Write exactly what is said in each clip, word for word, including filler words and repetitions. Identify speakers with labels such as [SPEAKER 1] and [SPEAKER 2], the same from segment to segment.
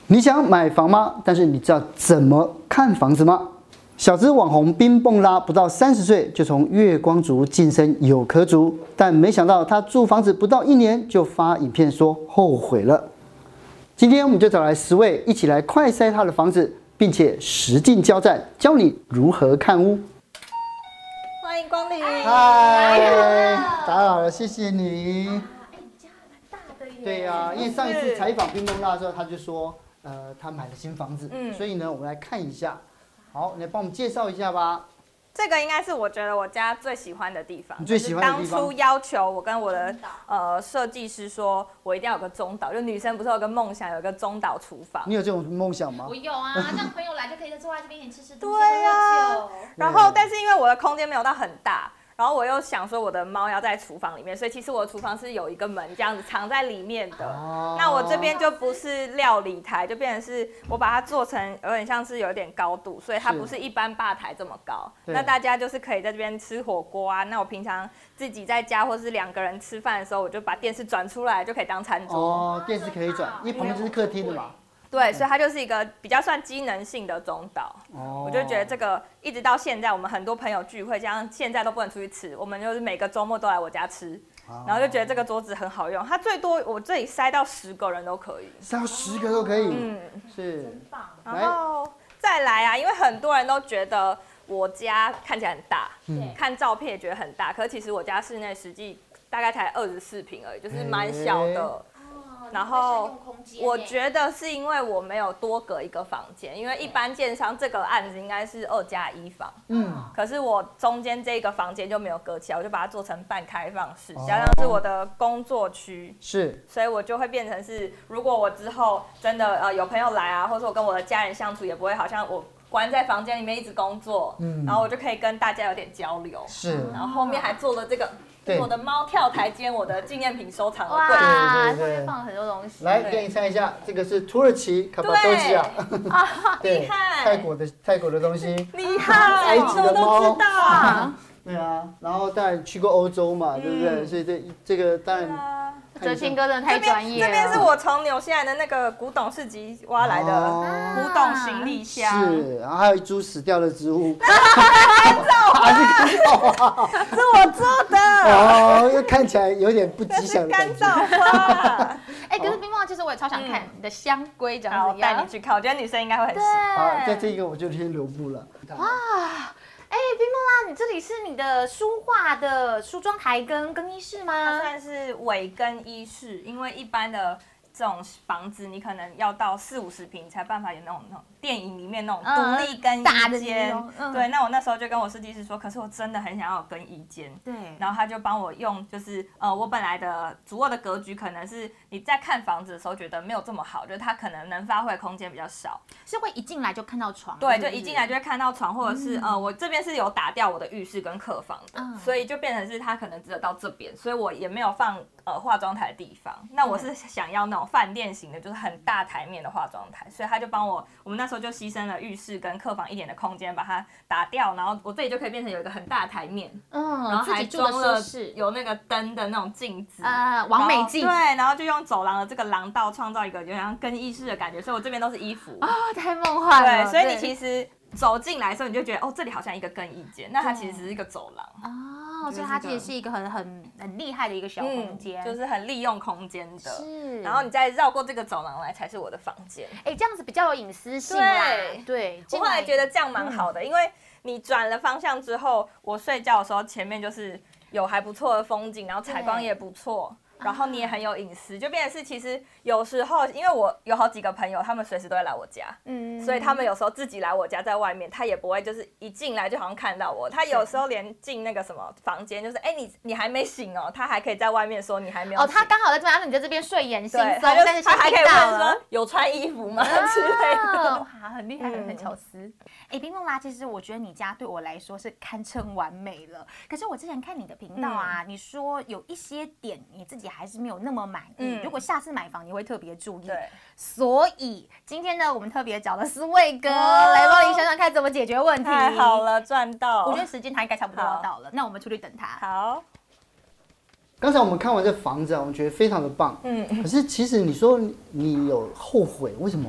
[SPEAKER 1] 你想买房吗？但是你知道怎么看房子吗？小资网红冰蹦拉不到三十岁就从月光族晋升有壳族，但没想到他住房子不到一年就发影片说后悔了。今天我们就找来十位一起来快筛他的房子，并且实境交战，教你如何看屋。
[SPEAKER 2] 欢迎光临！
[SPEAKER 1] 嗨，打扰了，谢谢你。
[SPEAKER 3] 哎，你家还蛮大的耶。
[SPEAKER 1] 对呀、啊，因为上一次采访冰蹦拉的时候，他就说，呃，他买了新房子，嗯，所以呢，我们来看一下。好，你来帮我们介绍一下吧。
[SPEAKER 2] 这个应该是我觉得我家最喜欢的地方。
[SPEAKER 1] 你最喜欢的地方？
[SPEAKER 2] 当初要求我跟我的呃设计师说，我一定要有个中岛，就女生不是有个梦想，有个中岛厨房。
[SPEAKER 1] 你有这种梦想吗？
[SPEAKER 3] 我有啊，让朋友来就可以坐在这边一起吃吃东西，
[SPEAKER 2] 对呀、
[SPEAKER 3] 喝酒。
[SPEAKER 2] 然后，但是因为我的空间没有到很大。然后我又想说我的猫要在厨房里面，所以其实我的厨房是有一个门这样子藏在里面的。哦、那我这边就不是料理台，就变成是我把它做成有点像是有点高度，所以它不是一般吧台这么高。那大家就是可以在这边吃火锅啊。那我平常自己在家或是两个人吃饭的时候，我就把电视转出来就可以当餐桌。
[SPEAKER 1] 哦，电视可以转，因为旁边就是客厅的嘛。
[SPEAKER 2] 对，所以它就是一个比较算机能性的中岛。哦，我就觉得这个一直到现在，我们很多朋友聚会，加上现在都不能出去吃，我们就是每个周末都来我家吃，哦、然后就觉得这个桌子很好用。它最多我这里塞到十个人都可以，
[SPEAKER 1] 塞到十个都可以。嗯，是，
[SPEAKER 3] 真棒。
[SPEAKER 2] 然后再来啊，因为很多人都觉得我家看起来很大，嗯、看照片也觉得很大，可是其实我家室内实际大概才二十四平而已，就是蛮小的。欸然后我觉得是因为我没有多隔一个房间，因为一般建商这个案子应该是二加一房，嗯，可是我中间这个房间就没有隔起来，我就把它做成半开放式，加上是我的工作区，
[SPEAKER 1] 是，
[SPEAKER 2] 所以我就会变成是，如果我之后真的呃有朋友来啊，或者我跟我的家人相处，也不会好像我关在房间里面一直工作，嗯，然后我就可以跟大家有点交流，
[SPEAKER 1] 是，
[SPEAKER 2] 然后后面还做了这个。我的猫跳台间，我的纪念品收藏的柜子，
[SPEAKER 3] 哇，上面放了很多东西。
[SPEAKER 1] 来，给你猜一下，这个是土耳其卡巴多吉亚，
[SPEAKER 2] 厉害，
[SPEAKER 1] 泰国的泰国的东西，
[SPEAKER 2] 厉害，
[SPEAKER 1] 埃及的猫，
[SPEAKER 2] 知道。
[SPEAKER 1] 对啊，然后当然去过欧洲嘛，对不对？所以这这个当然。
[SPEAKER 3] 哲青哥真的太专业了。
[SPEAKER 2] 这边是我从纽西兰的那个古董市集挖来的古董行李箱，
[SPEAKER 1] 是，然后还有一株死掉的植物，
[SPEAKER 2] 干燥花，是我做的。
[SPEAKER 1] 哦，又看起来有点不吉祥的感觉。
[SPEAKER 2] 干燥花。
[SPEAKER 3] 哎，可是冰棒其实我也超想看你的香龟长怎样。
[SPEAKER 2] 带你去看，我觉得女生应该会很喜欢。
[SPEAKER 1] 好，在这个我就先留步了。
[SPEAKER 3] 哇！哎，冰梦啦，你这里是你的书画的梳妆台跟更衣室吗？
[SPEAKER 2] 它算是伪更衣室，因为一般的这种房子，你可能要到四五十平才办法有那种那种电影里面那种独立更衣间。嗯、对，那我那时候就跟我设计师说，可是我真的很想要有更衣间。
[SPEAKER 3] 对，
[SPEAKER 2] 然后他就帮我用，就是呃，我本来的主卧的格局可能是你在看房子的时候觉得没有这么好，就是它可能能发挥的空间比较少，
[SPEAKER 3] 是会一进来就看到床。
[SPEAKER 2] 对，就一进来就会看到床，或者是、嗯、呃，我这边是有打掉我的浴室跟客房的，嗯、所以就变成是它可能只有到这边，所以我也没有放呃化妆台的地方。那我是想要那种饭店型的，就是很大台面的化妆台，所以他就帮我，我们那时候就牺牲了浴室跟客房一点的空间，把它打掉，然后我这里就可以变成有一个很大的台面，嗯，然后还装了有那个灯的那种镜子，
[SPEAKER 3] 啊，完美镜，
[SPEAKER 2] 对，然后就用走廊的这个廊道创造一个有点像更衣室的感觉，所以我这边都是衣服，
[SPEAKER 3] 啊、哦，太梦幻了，
[SPEAKER 2] 对，所以你其实走进来的时候，你就觉得哦，这里好像一个更衣间，那它其实只是一个走廊，
[SPEAKER 3] 哦，所以它其实是一个很很很厉害的一个小空间、
[SPEAKER 2] 嗯，就是很利用空间的，
[SPEAKER 3] 是，
[SPEAKER 2] 然后你再绕过这个走廊来才是我的房间，
[SPEAKER 3] 哎，这样子比较有隐私性啦，对，对，
[SPEAKER 2] 我后来觉得这样蛮好的，嗯、因为你转了方向之后，我睡觉的时候前面就是有还不错的风景，然后采光也不错。然后你也很有隐私，就变成是其实有时候，因为我有好几个朋友，他们随时都会来我家，嗯，所以他们有时候自己来我家，在外面，他也不会就是一进来就好像看到我，他有时候连进那个什么房间，就是哎你你还没醒哦，他还可以在外面说你还没有醒，
[SPEAKER 3] 哦，他刚好在这边，你在这边睡眼惺忪，
[SPEAKER 2] 但是他还可以问说有穿衣服吗、啊、之类的，
[SPEAKER 3] 哇，很厉害，很巧思。哎、嗯，冰梦啦，其实我觉得你家对我来说是堪称完美了，可是我之前看你的频道啊，嗯、你说有一些点你自己还是没有那么满意，嗯、如果下次买房你会特别注意。
[SPEAKER 2] 对，
[SPEAKER 3] 所以今天呢，我们特别找了思卫哥、哦、来帮你想想看怎么解决问题。
[SPEAKER 2] 太好了，赚到！
[SPEAKER 3] 我觉得时间他应该差不多要到了，那我们出去等他。
[SPEAKER 2] 好。
[SPEAKER 1] 刚才我们看完这房子啊，我们觉得非常的棒。嗯。可是其实你说你有后悔，为什么？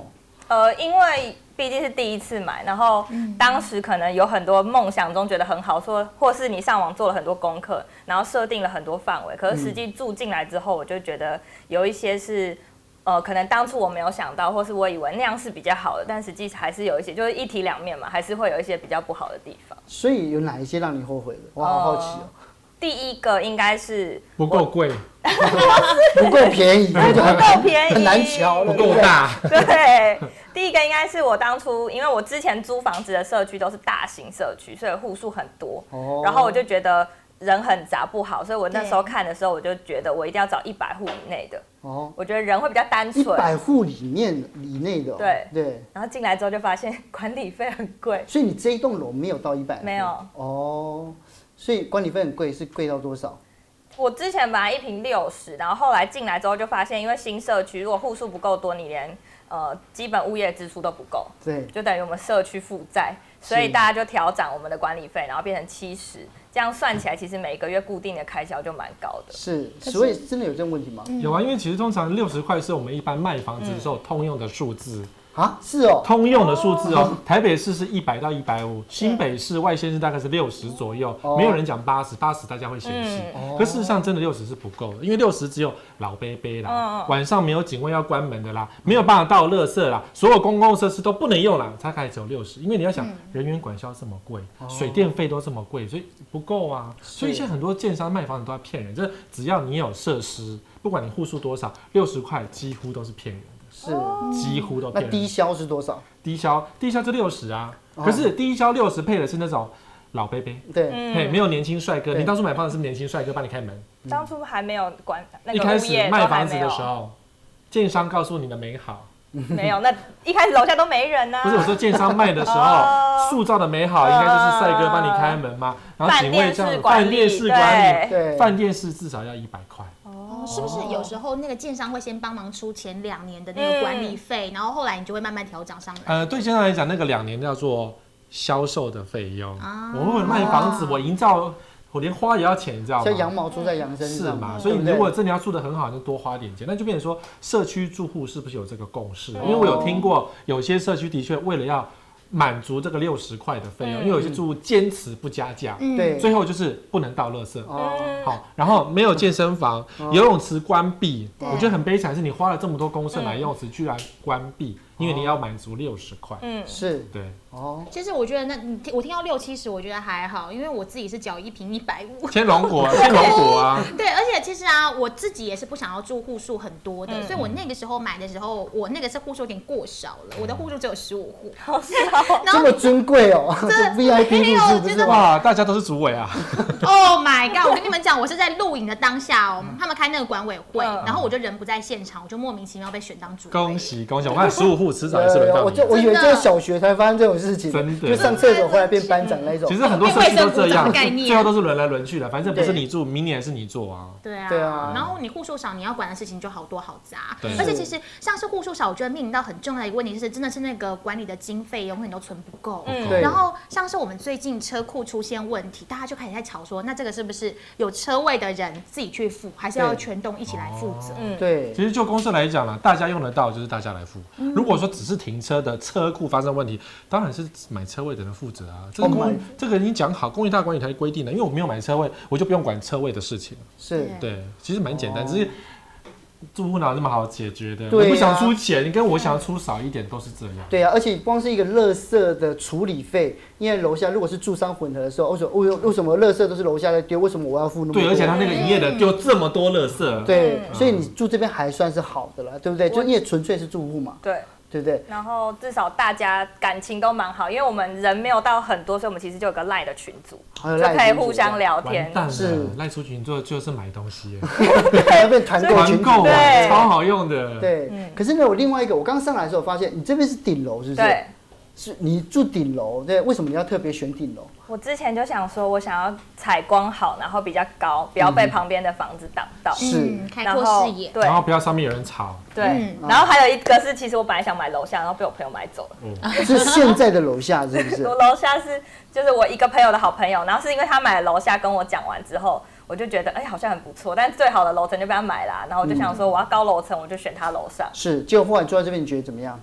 [SPEAKER 2] 呃，因为毕竟是第一次买，然后当时可能有很多梦想中觉得很好，说或是你上网做了很多功课，然后设定了很多范围，可是实际住进来之后，我就觉得有一些是。呃，可能当初我没有想到，或是我以为那样是比较好的，但实际还是有一些，就是一体两面嘛，还是会有一些比较不好的地方。
[SPEAKER 1] 所以有哪一些让你后悔的？我好好奇哦。
[SPEAKER 2] 呃、第一个应该是
[SPEAKER 4] 不够贵，
[SPEAKER 1] 不够便宜，不
[SPEAKER 2] 够便宜，
[SPEAKER 1] 很难瞧，
[SPEAKER 4] 不够大。
[SPEAKER 2] 对，第一个应该是我当初，因为我之前租房子的社区都是大型社区，所以户数很多，哦、然后我就觉得。人很杂不好，所以我那时候看的时候，我就觉得我一定要找一百户以内的。哦，我觉得人会比较单纯。
[SPEAKER 1] 一百户里面以内的、哦。
[SPEAKER 2] 对
[SPEAKER 1] 对。
[SPEAKER 2] 然后进来之后就发现管理费很贵。
[SPEAKER 1] 所以你这一栋楼没有到一百？
[SPEAKER 2] 没有。
[SPEAKER 1] 哦，所以管理费很贵，是贵到多少？
[SPEAKER 2] 我之前本来一坪六十，然后后来进来之后就发现，因为新社区如果户数不够多，你连呃基本物业支出都不够。
[SPEAKER 1] 对。
[SPEAKER 2] 就等于我们社区负债，所以大家就调涨我们的管理费，然后变成七十。这样算起来，其实每个月固定的开销就蛮高的。
[SPEAKER 1] 是，所以真的有这个问题吗？
[SPEAKER 4] 有啊，因为其实通常六十块是我们一般卖房子的时候通用的数字。
[SPEAKER 1] 啊，是哦，
[SPEAKER 4] 通用的数字哦，台北市是一百到一百五，新北市外县市大概是六十左右，没有人讲八十，八十大家会嫌弃，可事实上真的六十是不够的，因为六十只有老伯伯啦，晚上没有警卫要关门的啦，没有办法倒垃圾啦，所有公共设施都不能用啦，才开始只有六十，因为你要想人员管销这么贵，水电费都这么贵，所以不够啊，所以现在很多建商卖房子都在骗人，这只要你有设施，不管你户数多少，六十块几乎都是骗人的。
[SPEAKER 1] 是，
[SPEAKER 4] 几乎都骗人。
[SPEAKER 1] 那低消是多少？
[SPEAKER 4] 低消，低消就六十啊。哦、可是低消六十配的是那种老伯伯，
[SPEAKER 1] 对，
[SPEAKER 4] 嘿，没有年轻帅哥。你当初买房子是年轻帅哥帮你开门？
[SPEAKER 2] 当初还没有管那个
[SPEAKER 4] 一开始卖房子的时候，建商告诉你的美好。
[SPEAKER 2] 没有，那一开始楼下都没人啊。
[SPEAKER 4] 不是我说建商卖的时候，塑造的美好应该就是帅哥帮你开门嘛，然后警卫这样，饭店式管理，对，饭店式至少要一百块。
[SPEAKER 3] 哦，是不是有时候那个建商会先帮忙出前两年的那个管理费，嗯、然后后来你就会慢慢调涨上来？
[SPEAKER 4] 呃，对建商来讲，那个两年叫做销售的费用。啊、我如果卖房子，我营造。我连花也要钱，你知道吗？
[SPEAKER 1] 像羊毛出在羊身上
[SPEAKER 4] 是嘛？所以你如果真的要住得很好，就多花点钱。那就变成说，社区住户是不是有这个共识？因为我有听过，有些社区的确为了要满足这个六十块的费用，因为有些住户坚持不加价，对，最后就是不能倒垃圾，好，然后没有健身房，游泳池关闭，我觉得很悲惨，是你花了这么多公设买游泳池，居然关闭。因为你要满足六十块，
[SPEAKER 1] 嗯，是
[SPEAKER 4] 对
[SPEAKER 3] 哦。其实我觉得那你我听到六七十，我觉得还好，因为我自己是缴一坪一百五。
[SPEAKER 4] 天龙国，天龙国啊。
[SPEAKER 3] 对，而且其实啊，我自己也是不想要住户数很多的，嗯、所以我那个时候买的时候，我那个是户数有点过少了，我的户数只有十五户。
[SPEAKER 2] 好少，
[SPEAKER 1] 这么尊贵哦，这 V I P 户数不是
[SPEAKER 4] 哇，大家都是主委啊。
[SPEAKER 3] Oh my god！ 我跟你们讲，我是在录影的当下哦，他们开那个管委会，嗯、然后我就人不在现场，我就莫名其妙被选当主委。
[SPEAKER 4] 恭喜恭喜！我看十五户。迟早也是轮到你。
[SPEAKER 1] 我就我以为就是小学才发生这种事情，
[SPEAKER 4] 真的，
[SPEAKER 1] 就上厕所后来变班长那种。
[SPEAKER 4] 其实很多社区都这样，最后都是轮来轮去的，反正不是你住，明年是你做啊。
[SPEAKER 3] 对啊，
[SPEAKER 1] 对啊。
[SPEAKER 3] 然后你户数少，你要管的事情就好多好杂。而且其实像是户数少，我觉得面临到很重要的一个问题是，真的是那个管理的经费永远都存不够。嗯。然后像是我们最近车库出现问题，大家就开始在吵说，那这个是不是有车位的人自己去付，还是要全栋一起来负责？
[SPEAKER 1] 嗯，对。
[SPEAKER 4] 其实就公司来讲啦，大家用得到就是大家来付。如果说只是停车的车库发生问题，当然是买车位的人负责啊。这个公这个已经讲好，公益大管理台规定了，因为我没有买车位，我就不用管车位的事情。
[SPEAKER 1] 是，
[SPEAKER 4] 对，其实蛮简单，只是住户哪有那么好解决的？
[SPEAKER 1] 对啊、
[SPEAKER 4] 你不想出钱，你跟我想要出少一点都是这样。
[SPEAKER 1] 对啊，而且光是一个垃圾的处理费，因为楼下如果是住商混合的时候，为什么为什么垃圾都是楼下在丢？为什么我要付那么多？
[SPEAKER 4] 对，而且他那个营业的丢这么多垃圾。
[SPEAKER 1] 对，所以你住这边还算是好的了，对不对？就因为纯粹是住户嘛。
[SPEAKER 2] 对。
[SPEAKER 1] 对不对？
[SPEAKER 2] 然后至少大家感情都蛮好，因为我们人没有到很多，所以我们其实就有个赖的群组，就可以互相聊天。
[SPEAKER 4] 是赖出群组就是买东西，
[SPEAKER 1] 要变团购群组，
[SPEAKER 4] 对，超好用的。
[SPEAKER 1] 对，嗯、可是呢，我另外一个，我刚上来的时候发现，你这边是顶楼，是不是？
[SPEAKER 2] 对。
[SPEAKER 1] 是你住顶楼，对？为什么你要特别选顶楼？
[SPEAKER 2] 我之前就想说，我想要采光好，然后比较高，不要被旁边的房子挡到，
[SPEAKER 1] 是、
[SPEAKER 3] 嗯、开阔视野，
[SPEAKER 2] 对，
[SPEAKER 4] 然后不要上面有人吵，
[SPEAKER 2] 对。嗯、然后还有一个是，其实我本来想买楼下，然后被我朋友买走了。
[SPEAKER 1] 嗯、是现在的楼下是不是？
[SPEAKER 2] 我楼下是就是我一个朋友的好朋友，然后是因为他买了楼下，跟我讲完之后。我就觉得哎、欸，好像很不错，但最好的楼层就被他买啦、啊。然后我就想说，我要高楼层，我就选他楼上。
[SPEAKER 1] 是，结果后来住在这边，你觉得怎么样？
[SPEAKER 2] 我那时候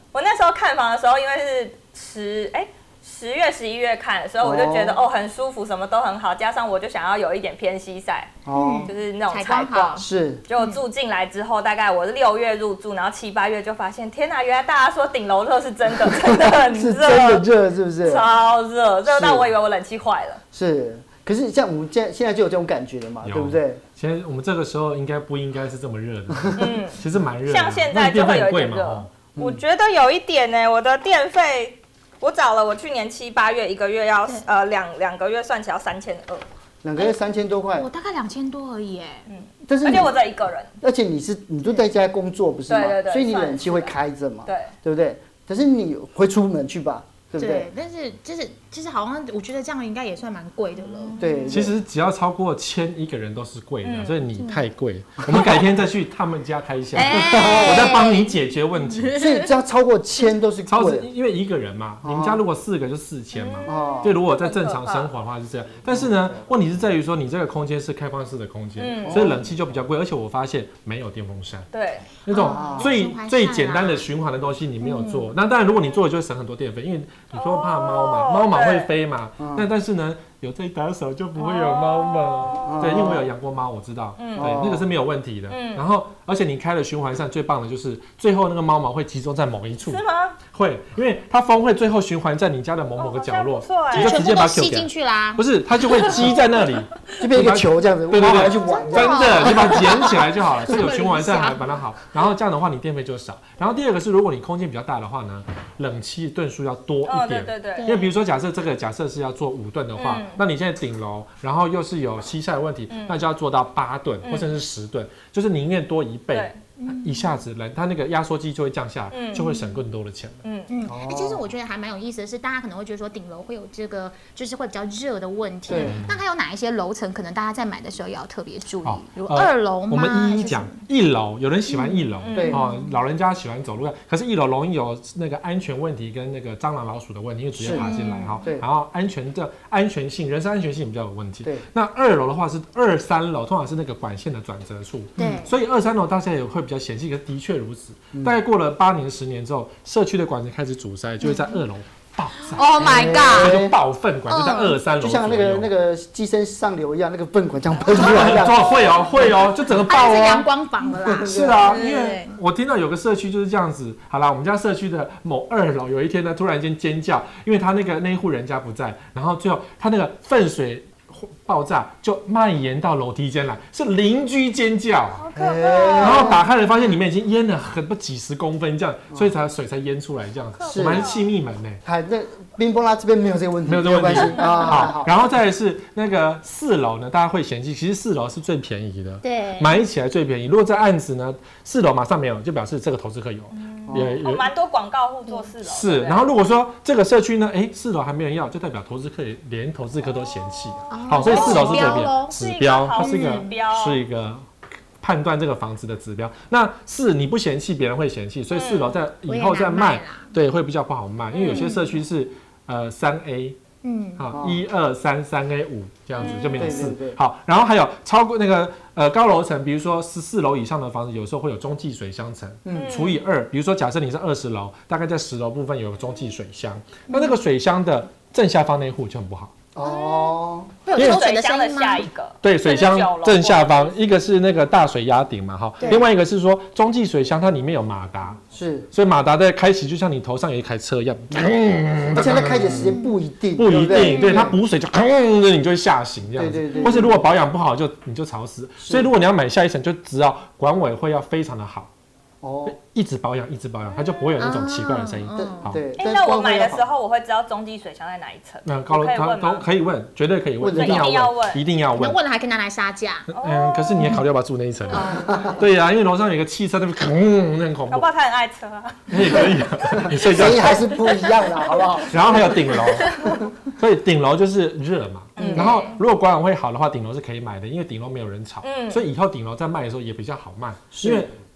[SPEAKER 2] 候看房的时候，因为是十哎十月十一月看的时候，我就觉得哦很舒服，什么都很好，加上我就想要有一点偏西晒，哦，就是那种采光。
[SPEAKER 1] 是。
[SPEAKER 2] 结果住进来之后，大概我是六月入住，然后七八月就发现，天哪，原来大家说顶楼热是真的，真的很热，
[SPEAKER 1] 是真的热，是不是？
[SPEAKER 2] 超热，热到我以为我冷气坏了。
[SPEAKER 1] 是。可是像我们现现在就有这种感觉了嘛，对不对？
[SPEAKER 4] 现在我们这个时候应该不应该是这么热的？嗯，其实蛮热的。
[SPEAKER 2] 像现在就会有一点热。我觉得有一点呢，我的电费，我找了，我去年七八月一个月要呃两两个月算起来要三千二，
[SPEAKER 1] 两个月三千多块，
[SPEAKER 3] 我大概两千多而已哎。
[SPEAKER 2] 嗯，但是而且我这一个人，
[SPEAKER 1] 而且你是你都在家工作不是吗？
[SPEAKER 2] 对对对，
[SPEAKER 1] 所以你冷气会开着嘛？
[SPEAKER 2] 对，
[SPEAKER 1] 对不对？可是你会出门去吧？对不对？
[SPEAKER 3] 但是就是其实好像我觉得这样应该也算蛮贵的了。
[SPEAKER 1] 对，
[SPEAKER 4] 其实只要超过千一个人都是贵的，所以你太贵。我们改天再去他们家开箱，我再帮你解决问题。
[SPEAKER 1] 所以只要超过千都是贵的，
[SPEAKER 4] 因为一个人嘛，你们家如果四个就四千嘛。哦。对，如果在正常生活的话是这样。但是呢，问题是在于说你这个空间是开放式的空间，所以冷气就比较贵，而且我发现没有电风扇。
[SPEAKER 2] 对。
[SPEAKER 4] 那种最最简单的循环的东西你没有做，那当然如果你做了就会省很多电费，因为你说怕猫嘛，猫毛会飞嘛，那但是呢，有这一打手就不会有猫嘛。对，因为我有养过猫，我知道，对，那个是没有问题的。然后，而且你开了循环扇，最棒的就是最后那个猫毛会集中在某一处。
[SPEAKER 2] 是吗？
[SPEAKER 4] 会，因为它风会最后循环在你家的某某个角落，你就直接把它
[SPEAKER 3] 吸进去啦。
[SPEAKER 4] 不是，它就会积在那里，
[SPEAKER 1] 就变一个球这样子。
[SPEAKER 4] 对对对，
[SPEAKER 1] 去玩。
[SPEAKER 4] 真的，你把它捡起来就好了。这有循环扇还蛮好。然后这样的话，你电费就少。然后第二个是，如果你空间比较大的话呢，冷气吨数要多一点。
[SPEAKER 2] 对对对。
[SPEAKER 4] 因为比如说，假设这个假设是要做五吨的话，那你现在顶楼，然后又是有西晒的问题，那就要做到八吨或者是十吨，就是宁愿多一倍。一下子人，它那个压缩机就会降下来，嗯、就会省更多的钱了。
[SPEAKER 3] 嗯嗯，哎、欸，其实我觉得还蛮有意思的是，大家可能会觉得说顶楼会有这个就是会比较热的问题。那还有哪一些楼层可能大家在买的时候也要特别注意？哦、如二楼吗？
[SPEAKER 4] 我们一一讲。一楼有人喜欢一楼，对、嗯、哦，老人家喜欢走路，可是一楼容易有那个安全问题跟那个蟑螂老鼠的问题，因为直接爬进来哈。然后安全的安全性，人身安全性比较有问题。对。那二楼的话是二三楼，通常是那个管线的转折处。对。所以二三楼大家也会比较嫌弃，可是的确。确如此，大概过了八年、十年之后，社区的管子开始阻塞，就会在二楼爆炸。
[SPEAKER 3] Oh my god！
[SPEAKER 4] 就爆粪管，就在二三楼，
[SPEAKER 1] 就像那个那个机身上流一样，那个粪管这样喷出来。
[SPEAKER 4] 会哦，会哦，就整个爆哦。
[SPEAKER 3] 是阳光房了啦。
[SPEAKER 4] 是啊，因为我听到有个社区就是这样子。好啦，我们家社区的某二楼有一天呢，突然间尖叫，因为他那个那一户人家不在，然后最后他那个粪水。爆炸就蔓延到楼梯间来，是邻居尖叫，
[SPEAKER 2] 好可怕！
[SPEAKER 4] 然后打开来发现里面已经淹了很多几十公分这样，所以才水才淹出来这样子。我们还是气密门呢。
[SPEAKER 1] 还那冰崩拉这边没有这个问题，
[SPEAKER 4] 没有这个问题啊。好，然后再来是那个四楼呢，大家会嫌弃，其实四楼是最便宜的，对，买起来最便宜。如果这案子呢，四楼马上没有，就表示这个投资客有。
[SPEAKER 2] 也有蛮多广告户做四楼。
[SPEAKER 4] 是，然后如果说这个社区呢，哎，四楼还没人要，就代表投资客连投资客都嫌弃。好，所以四楼是最便宜指标，它是一个是一个判断这个房子的指标。那四你不嫌弃，别人会嫌弃，所以四楼在以后再卖，对，会比较不好卖，因为有些社区是呃三 A。嗯，好，一二三三 A 五这样子就没有四。好，然后还有超过那个呃高楼层，比如说十四楼以上的房子，有时候会有中继水箱层，嗯，除以二。比如说假设你是二十楼，大概在十楼部分有个中继水箱，那那个水箱的正下方那一户就很不好。哦，
[SPEAKER 3] 会有抽水的
[SPEAKER 2] 箱的下一个，
[SPEAKER 4] 对，水箱正下方，一个是那个大水压顶嘛，哈，另外一个是说中继水箱它里面有马达，是，所以马达在开启就像你头上有一台车一样，
[SPEAKER 1] 而且它开启时间不一定，
[SPEAKER 4] 不一定，对，它补水就，你就会吓醒这样子，或是如果保养不好就你就吵死，所以如果你要买下一层，就只要管委会要非常的好。哦，一直保养，一直保养，它就不会有那种奇怪的声音。
[SPEAKER 2] 好，对。哎，那我买的时候，我会知道中继水箱在哪一层？
[SPEAKER 4] 那高楼它都可以问，绝对可以问，一定要问，一定要问。
[SPEAKER 3] 那问了还可以拿来杀价。
[SPEAKER 4] 嗯，可是你也考虑要不要住那一层？对呀，因为楼上有一个汽车，那边嗯，那很恐怖。
[SPEAKER 2] 搞不好他很爱车啊。
[SPEAKER 4] 也可以，你睡觉
[SPEAKER 1] 声音还是不一样的，好不好？
[SPEAKER 4] 然后还有顶楼，所以顶楼就是热嘛。然后如果管委会好的话，顶楼是可以买的，因为顶楼没有人吵，所以以后顶楼在卖的时候也比较好卖，因为。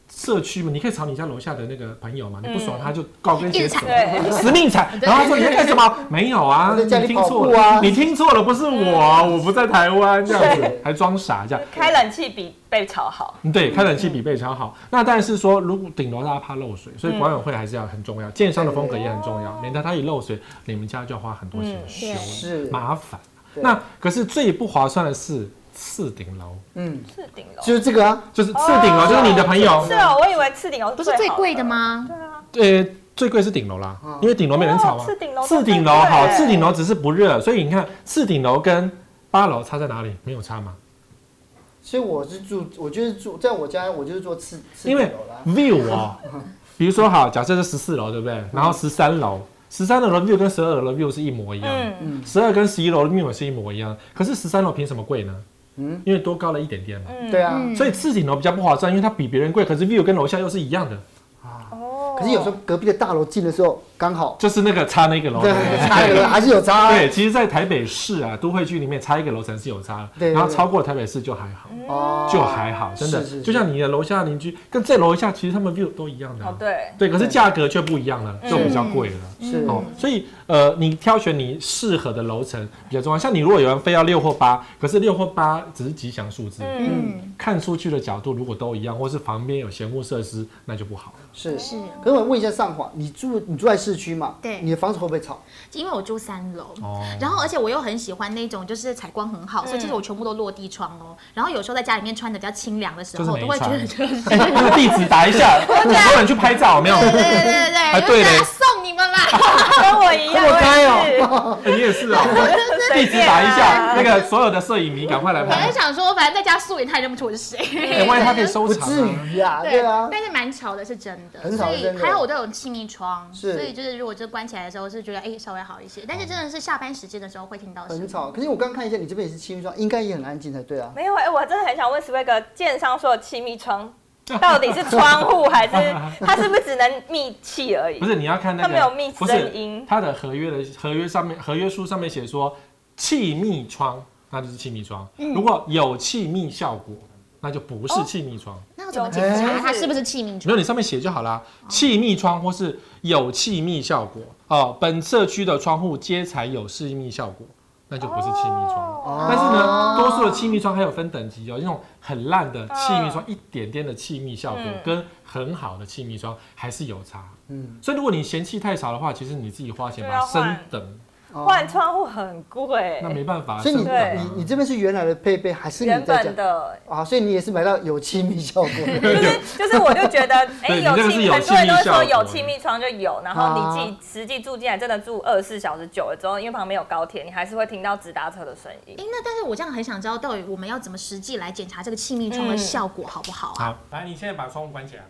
[SPEAKER 4] 社区嘛，你可以吵你家楼下的那个朋友嘛，你不爽他就高跟鞋走，
[SPEAKER 2] 对
[SPEAKER 4] 死命踩，然后他说你在干什么？没有啊，你听错了，你听错了，不是我，我不在台湾，这样子还装傻这样。
[SPEAKER 2] 开冷气比被吵好。
[SPEAKER 4] 对，开冷气比被吵好。那但是说，如果顶楼大家怕漏水，所以管委会还是要很重要，建商的风格也很重要，免得它一漏水，你们家就要花很多钱修，
[SPEAKER 1] 是
[SPEAKER 4] 麻烦。那可是最不划算的是。次顶楼，
[SPEAKER 1] 嗯，
[SPEAKER 2] 次顶楼
[SPEAKER 1] 就是这个啊，
[SPEAKER 4] 就是次顶楼，就是你的朋友。
[SPEAKER 2] 是哦，我以为次顶楼
[SPEAKER 3] 不是最贵的吗？
[SPEAKER 2] 对啊，
[SPEAKER 4] 呃，最贵是顶楼啦，因为顶楼没人吵啊。
[SPEAKER 2] 次顶楼，
[SPEAKER 4] 次顶楼好，次顶楼只是不热，所以你看次顶楼跟八楼差在哪里？没有差吗？
[SPEAKER 1] 所以我是住，我就是住在我家，我就是做次次顶
[SPEAKER 4] 因为
[SPEAKER 1] 楼啦。
[SPEAKER 4] view 哦，比如说好，假设是十四楼，对不对？然后十三楼。十三楼的 view 跟十二楼的 view 是一模一样，嗯，十二跟十一楼的 view 也是一模一样，可是十三楼凭什么贵呢？嗯，因为多高了一点点嘛。
[SPEAKER 1] 嗯、对啊，
[SPEAKER 4] 所以次顶楼比较不划算，因为它比别人贵，可是 view 跟楼下又是一样的。
[SPEAKER 1] 啊，哦，可是有时候隔壁的大楼进的时候刚好
[SPEAKER 4] 就是那个差那个楼，
[SPEAKER 1] 对，差一个楼还是有差、啊。
[SPEAKER 4] 对，其实，在台北市啊，都会区里面差一个楼层是有差的，对对对，然后超过台北市就还好，哦，就还好，真的，是是是就像你的楼下邻居跟在楼下，其实他们 view 都一样的、啊，
[SPEAKER 2] 哦对，
[SPEAKER 4] 对，可是价格却不一样了，就比较贵了，
[SPEAKER 1] 是
[SPEAKER 4] 哦，所以呃，你挑选你适合的楼层比较重要。像你如果有人非要六或八，可是六或八只是吉祥数字，嗯，看出去的角度如果都一样，或是旁边有闲物设施，那就不好了。
[SPEAKER 1] 是是，可是我问一下上华，你住你住在市区嘛？
[SPEAKER 3] 对，
[SPEAKER 1] 你的房子会不会吵？
[SPEAKER 3] 因为我住三楼，哦，然后而且我又很喜欢那种就是采光很好，所以其实我全部都落地窗哦。然后有时候在家里面穿的比较清凉的时候，我都会觉得就是，
[SPEAKER 4] 哎，那个地址打一下，很多人去拍照，有没有？
[SPEAKER 3] 对对对对对，
[SPEAKER 4] 哎对嘞，
[SPEAKER 3] 送你们啦，
[SPEAKER 2] 跟我一样，
[SPEAKER 1] 我该哦，
[SPEAKER 4] 你也是哦，地址打一下，那个所有的摄影迷赶快来拍。
[SPEAKER 3] 我在想说，反正在家素颜他也认不出我是谁，
[SPEAKER 4] 哎，万一他可以收藏，
[SPEAKER 1] 不至于呀，对啊，
[SPEAKER 3] 但是蛮潮的，是真的，
[SPEAKER 1] 很潮，真的。
[SPEAKER 3] 还好我都有气密窗，
[SPEAKER 1] 是，
[SPEAKER 3] 所以就是如果这关起来的时候是觉得哎稍微好一些，但是真的是下班时间的时候会听到
[SPEAKER 1] 很吵。可是我刚看一下，你这边也是气密窗，应该也很安静才对啊。
[SPEAKER 2] 没有哎，我真的很想问 Swag 建商说的气密窗。到底是窗户还是它是不是只能密气而已？
[SPEAKER 4] 不是，你要看那个，
[SPEAKER 2] 它没有密声音。
[SPEAKER 4] 它的合约的合约上面，合约书上面写说气密窗，那就是气密窗。嗯、如果有气密效果，那就不是气密窗。哦、
[SPEAKER 3] 那要怎么检查它是不是气密窗？
[SPEAKER 4] 没有，你上面写就好啦。气密窗或是有气密效果哦，本社区的窗户皆采有气密效果。那就不是气密窗，哦、但是呢，多数的气密窗还有分等级哦，那种很烂的气密窗，一点点的气密效果，嗯、跟很好的气密窗还是有差。嗯，所以如果你嫌弃太少的话，其实你自己花钱把它升等。
[SPEAKER 2] 换窗户很贵，
[SPEAKER 4] 那没办法。
[SPEAKER 1] 所以你你你这边是原来的配备还是你
[SPEAKER 2] 原本的
[SPEAKER 1] 啊？所以你也是买到有气密效果，
[SPEAKER 2] 就是就是我就觉得哎有气，很多人都说有气密窗就有，然后你自己实际住进来真的住二十四小时久了之后，因为旁边有高铁，你还是会听到直达车的声音。
[SPEAKER 3] 哎，那但是我这样很想知道，到底我们要怎么实际来检查这个气密窗的效果好不好啊？
[SPEAKER 4] 好，来，你现在把窗户关起来。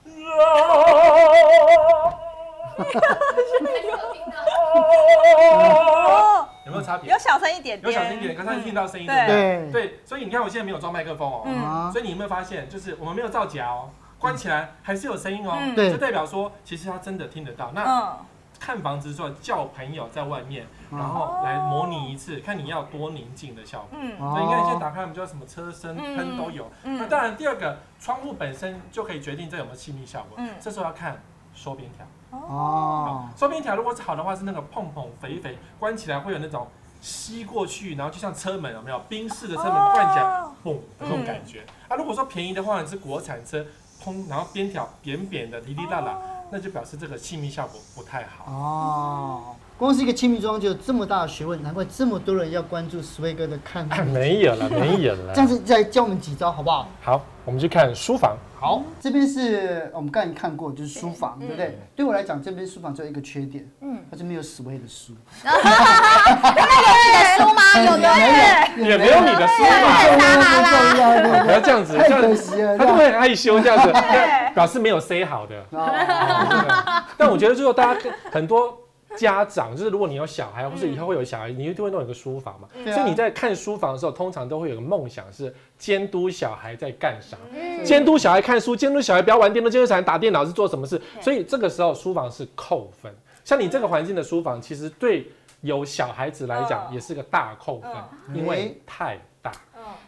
[SPEAKER 4] 有没有差别？
[SPEAKER 2] 有小声一点点，
[SPEAKER 4] 有小声一点，刚才听到声音，对不对？对，所以你看我现在没有装麦克风哦，嗯，所以你有没有发现，就是我们没有造假哦，关起来还是有声音哦，对，就代表说其实他真的听得到。那看房子的时候叫朋友在外面，然后来模拟一次，看你要多宁静的效果。嗯，所以你看你现在打开，我们叫什么车声、喷都有。那当然，第二个窗户本身就可以决定这有没有气密效果。嗯，这时候要看收边条。哦，收边条如果是好的话，是那个碰碰肥肥，关起来会有那种吸过去，然后就像车门有没有宾士的车门关起来，嘣那种感觉。啊，如果说便宜的话，你是国产车，砰，然后边条扁扁的、哩哩啦啦。那就表示这个气密效果不太好
[SPEAKER 1] 哦。光是一个气密窗就有这么大的学问，难怪这么多人要关注Swag哥的看法。
[SPEAKER 4] 没有了，没有了。
[SPEAKER 1] 这样子再教我们几招好不好？
[SPEAKER 4] 好，我们去看书房。
[SPEAKER 1] 好，这边是我们刚才看过，就是书房，对不对？对我来讲，这边书房只有一个缺点，嗯，它这边有Swag的书。
[SPEAKER 3] 那有你的书吗？有的，
[SPEAKER 4] 也没有你的书嘛。不要这样子，
[SPEAKER 1] 太可惜了。
[SPEAKER 4] 他就会很害羞这样子，表示没有 say 好的。但我觉得，最后大家很多。家长就是，如果你有小孩，或是以后会有小孩，你一定会弄一个书房嘛。嗯、所以你在看书房的时候，通常都会有个梦想是监督小孩在干啥，嗯、监督小孩看书，监督小孩不要玩电动，监督小孩打电脑是做什么事。所以这个时候书房是扣分。像你这个环境的书房，其实对有小孩子来讲也是个大扣分，嗯、因为太大。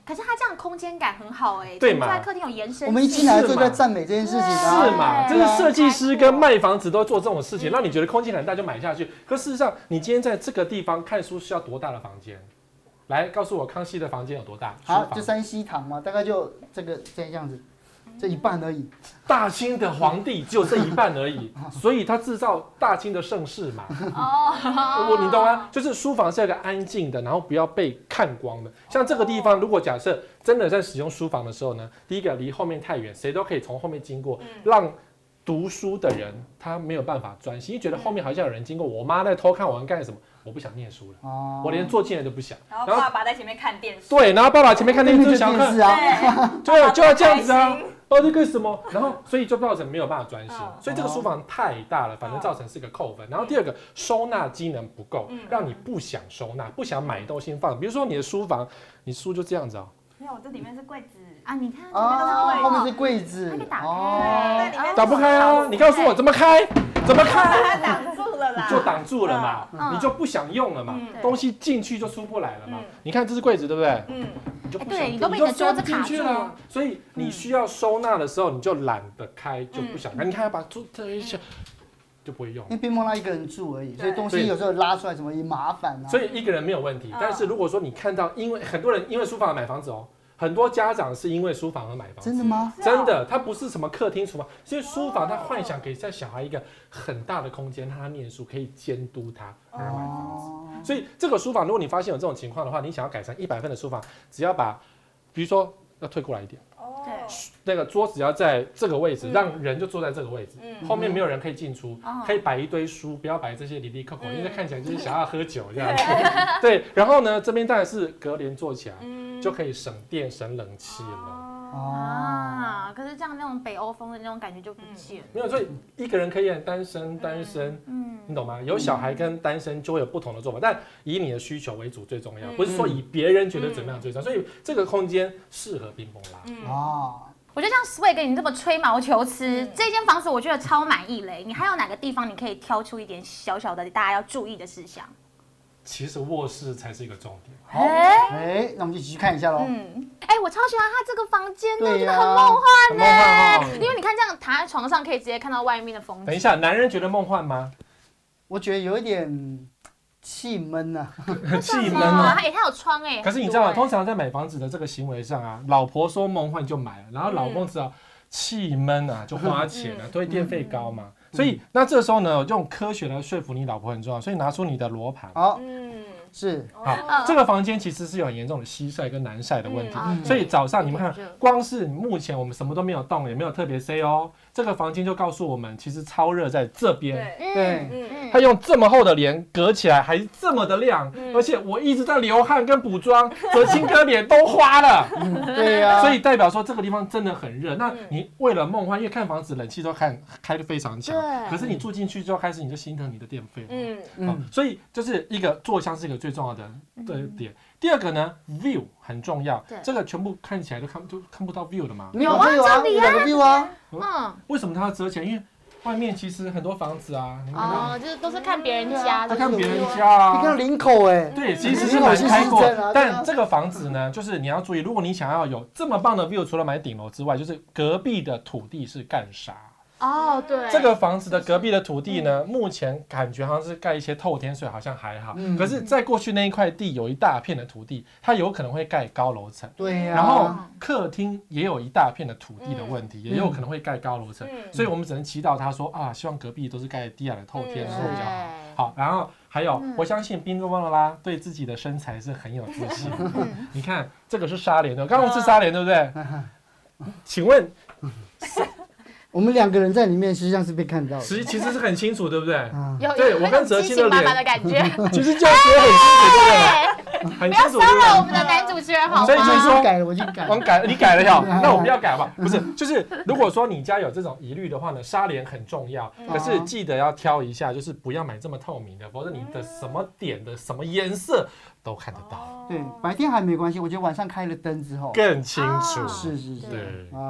[SPEAKER 3] 可是它这样空间感很好哎，
[SPEAKER 4] 对嘛？
[SPEAKER 3] 坐在客厅有延伸性。
[SPEAKER 1] 我们一进来就在赞美这件事情啊，
[SPEAKER 4] 是嘛？这是设计师跟卖房子都做这种事情，让你觉得空间很大就买下去。可事实上，你今天在这个地方看书需要多大的房间？来告诉我，康熙的房间有多大？
[SPEAKER 1] 好，就山西堂嘛，大概就这个这样子，这一半而已。
[SPEAKER 4] 大清的皇帝只有这一半而已，所以他制造大清的盛世嘛。哦，我你懂吗？就是书房是一个安静的，然后不要被看光的。像这个地方，如果假设真的在使用书房的时候呢，第一个离后面太远，谁都可以从后面经过，让读书的人他没有办法专心，因为觉得后面好像有人经过，我妈在偷看我要干什么。我不想念书了，哦、我连坐进来都不想。
[SPEAKER 2] 然后爸爸在前面看电视。
[SPEAKER 4] 对，然后爸爸前面看电视就想看
[SPEAKER 1] 啊，
[SPEAKER 4] 对，就要这样子啊。哦，这个什么？然后所以就造成没有办法专心，所以这个书房太大了，反正造成是一个扣分。然后第二个，收纳机能不够，让你不想收纳，不想买东西放。比如说你的书房，你书就这样子啊。
[SPEAKER 2] 没有，这里面是柜子
[SPEAKER 3] 啊！你看，
[SPEAKER 1] 啊，后面是柜子，
[SPEAKER 3] 它可以打开，
[SPEAKER 2] 哦，
[SPEAKER 4] 打不开啊！你告诉我怎么开？怎么开？
[SPEAKER 2] 它挡住了啦，
[SPEAKER 4] 就挡住了嘛，你就不想用了嘛，东西进去就出不来了嘛。你看这是柜子，对不对？嗯，你就不想，
[SPEAKER 3] 你都被你的桌子卡住了，
[SPEAKER 4] 所以你需要收纳的时候，你就懒得开，就不想开。你看，要把桌这一下。就不会用，
[SPEAKER 1] 因为冰梦拉一个人住而已，所以东西有时候拉出来什么也麻烦啊。
[SPEAKER 4] 所以一个人没有问题，但是如果说你看到，因为很多人因为书房而买房子哦，很多家长是因为书房而买房子。
[SPEAKER 1] 真的吗？
[SPEAKER 4] 真的，它不是什么客厅、厨房，因为书房他幻想给在小孩一个很大的空间，让他念书，可以监督他而买房子。所以这个书房，如果你发现有这种情况的话，你想要改成一百分的书房，只要把，比如说要退过来一点。那个桌子要在这个位置，让人就坐在这个位置，后面没有人可以进出，可以摆一堆书，不要摆这些里里扣扣，因为看起来就是想要喝酒这样子。对，然后呢，这边当然是隔帘做起来，就可以省电省冷气了。
[SPEAKER 3] 啊，可是这样那种北欧风的那种感觉就不见了。
[SPEAKER 4] 没有，所以一个人可以单身单身，嗯，你懂吗？有小孩跟单身就会有不同的做法，但以你的需求为主最重要，不是说以别人觉得怎么样最重要。所以这个空间适合冰崩拉。哦。
[SPEAKER 3] 我觉得像 Sway 跟你这么吹毛求疵，嗯、这间房子我觉得超满意嘞。你还有哪个地方你可以挑出一点小小的大家要注意的事项？
[SPEAKER 4] 其实卧室才是一个重点。
[SPEAKER 1] 好，哎、欸，那我们就一起去看一下喽。
[SPEAKER 3] 嗯，哎、欸，我超喜欢它这个房间的，我觉得很梦幻呢。因为你看这样躺在床上可以直接看到外面的风景。
[SPEAKER 4] 等一下，男人觉得梦幻吗？
[SPEAKER 1] 我觉得有一点。气闷呐，
[SPEAKER 4] 气闷啊！
[SPEAKER 3] 哎，它有窗哎。
[SPEAKER 4] 可是你知道吗？通常在买房子的这个行为上啊，老婆说梦幻就买了，然后老公知道气闷啊，就花钱啊，都会电费高嘛。所以那这时候呢，用科学来说服你老婆很重要。所以拿出你的罗盘。
[SPEAKER 1] 好，嗯，是
[SPEAKER 4] 好。这个房间其实是有很严重的蟋蟀跟南晒的问题，所以早上你们看，光是目前我们什么都没有动，也没有特别 say 哦。这个房间就告诉我们，其实超热在这边。
[SPEAKER 1] 对，
[SPEAKER 4] 它用这么厚的帘隔起来，还这么的亮，而且我一直在流汗跟补妆，泽清哥脸都花了。
[SPEAKER 1] 对呀，
[SPEAKER 4] 所以代表说这个地方真的很热。那你为了梦幻，因为看房子冷气都开开得非常强，可是你住进去之后开始你就心疼你的电费。嗯嗯，所以就是一个坐向是一个最重要的的点。第二个呢 ，view 很重要，这个全部看起来都看都看不到 view 的嘛。
[SPEAKER 1] 有啊，这里啊，有 view 啊。
[SPEAKER 4] 嗯，为什么它要遮起来？因为外面其实很多房子啊，
[SPEAKER 3] 哦，就是都是看别人家，
[SPEAKER 4] 他看别人家啊，
[SPEAKER 1] 你看领口哎，
[SPEAKER 4] 对，其实是蛮开阔。但这个房子呢，就是你要注意，如果你想要有这么棒的 view， 除了买顶楼之外，就是隔壁的土地是干沙。
[SPEAKER 3] 哦，对，
[SPEAKER 4] 这个房子的隔壁的土地呢，目前感觉好像是盖一些透天，所以好像还好。嗯、可是，在过去那一块地有一大片的土地，它有可能会盖高楼层。
[SPEAKER 1] 对呀、啊。
[SPEAKER 4] 然后客厅也有一大片的土地的问题，嗯、也有可能会盖高楼层。嗯、所以我们只能祈祷他说啊，希望隔壁都是盖低矮的透天，会比较好。好，然后还有，嗯、我相信冰冰忘啦对自己的身材是很有自信。你看，这个是纱帘的，刚刚是纱帘，对不对？请问。
[SPEAKER 1] 我们两个人在里面，实际上是被看到的。
[SPEAKER 4] 其其实是很清楚，对不对？
[SPEAKER 3] 有
[SPEAKER 4] 对我跟哲青的脸
[SPEAKER 3] 的感觉，
[SPEAKER 4] 其实就觉得很清楚，对不对？很清楚，
[SPEAKER 3] 不要骚扰我们的男主持人好吗？
[SPEAKER 4] 所以就是说，
[SPEAKER 1] 改了，我已经改了，
[SPEAKER 4] 我改了，你改了呀？那我们要改好不好？不是，就是如果说你家有这种疑虑的话呢，纱帘很重要，可是记得要挑一下，就是不要买这么透明的，否则你的什么点的什么颜色都看得到。
[SPEAKER 1] 对，白天还没关系，我觉得晚上开了灯之后
[SPEAKER 4] 更清楚。
[SPEAKER 1] 是是是，
[SPEAKER 4] 对
[SPEAKER 1] 啊。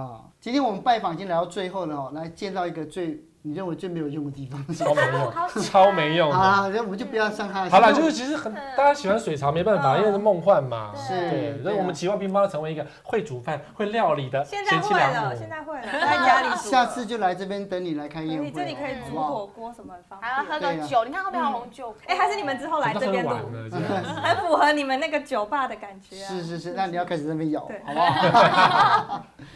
[SPEAKER 1] 今天我们拜访已经来到最后了哦，来见到一个最你认为最没有用的地方，
[SPEAKER 4] 超没用，超没用的。
[SPEAKER 1] 好了，我们就不要上他的。
[SPEAKER 4] 好了，就是其实很大家喜欢水槽，没办法，因为是梦幻嘛。
[SPEAKER 1] 是，
[SPEAKER 4] 对，所以我们期望乒乓成为一个会煮饭、会料理的
[SPEAKER 2] 现在
[SPEAKER 4] 贤妻
[SPEAKER 2] 会了，
[SPEAKER 4] 良母。
[SPEAKER 2] 现在会了，在家里煮。
[SPEAKER 1] 下次就来这边等你来开宴会。
[SPEAKER 2] 你这里可以煮火锅什么很方便。
[SPEAKER 3] 还要喝个酒，你看后面有红酒。
[SPEAKER 2] 哎，还是你们之后来这边录，很符合你们那个酒吧的感觉啊。
[SPEAKER 1] 是是是，那你要开始在那边咬，
[SPEAKER 2] 对
[SPEAKER 1] 好不好？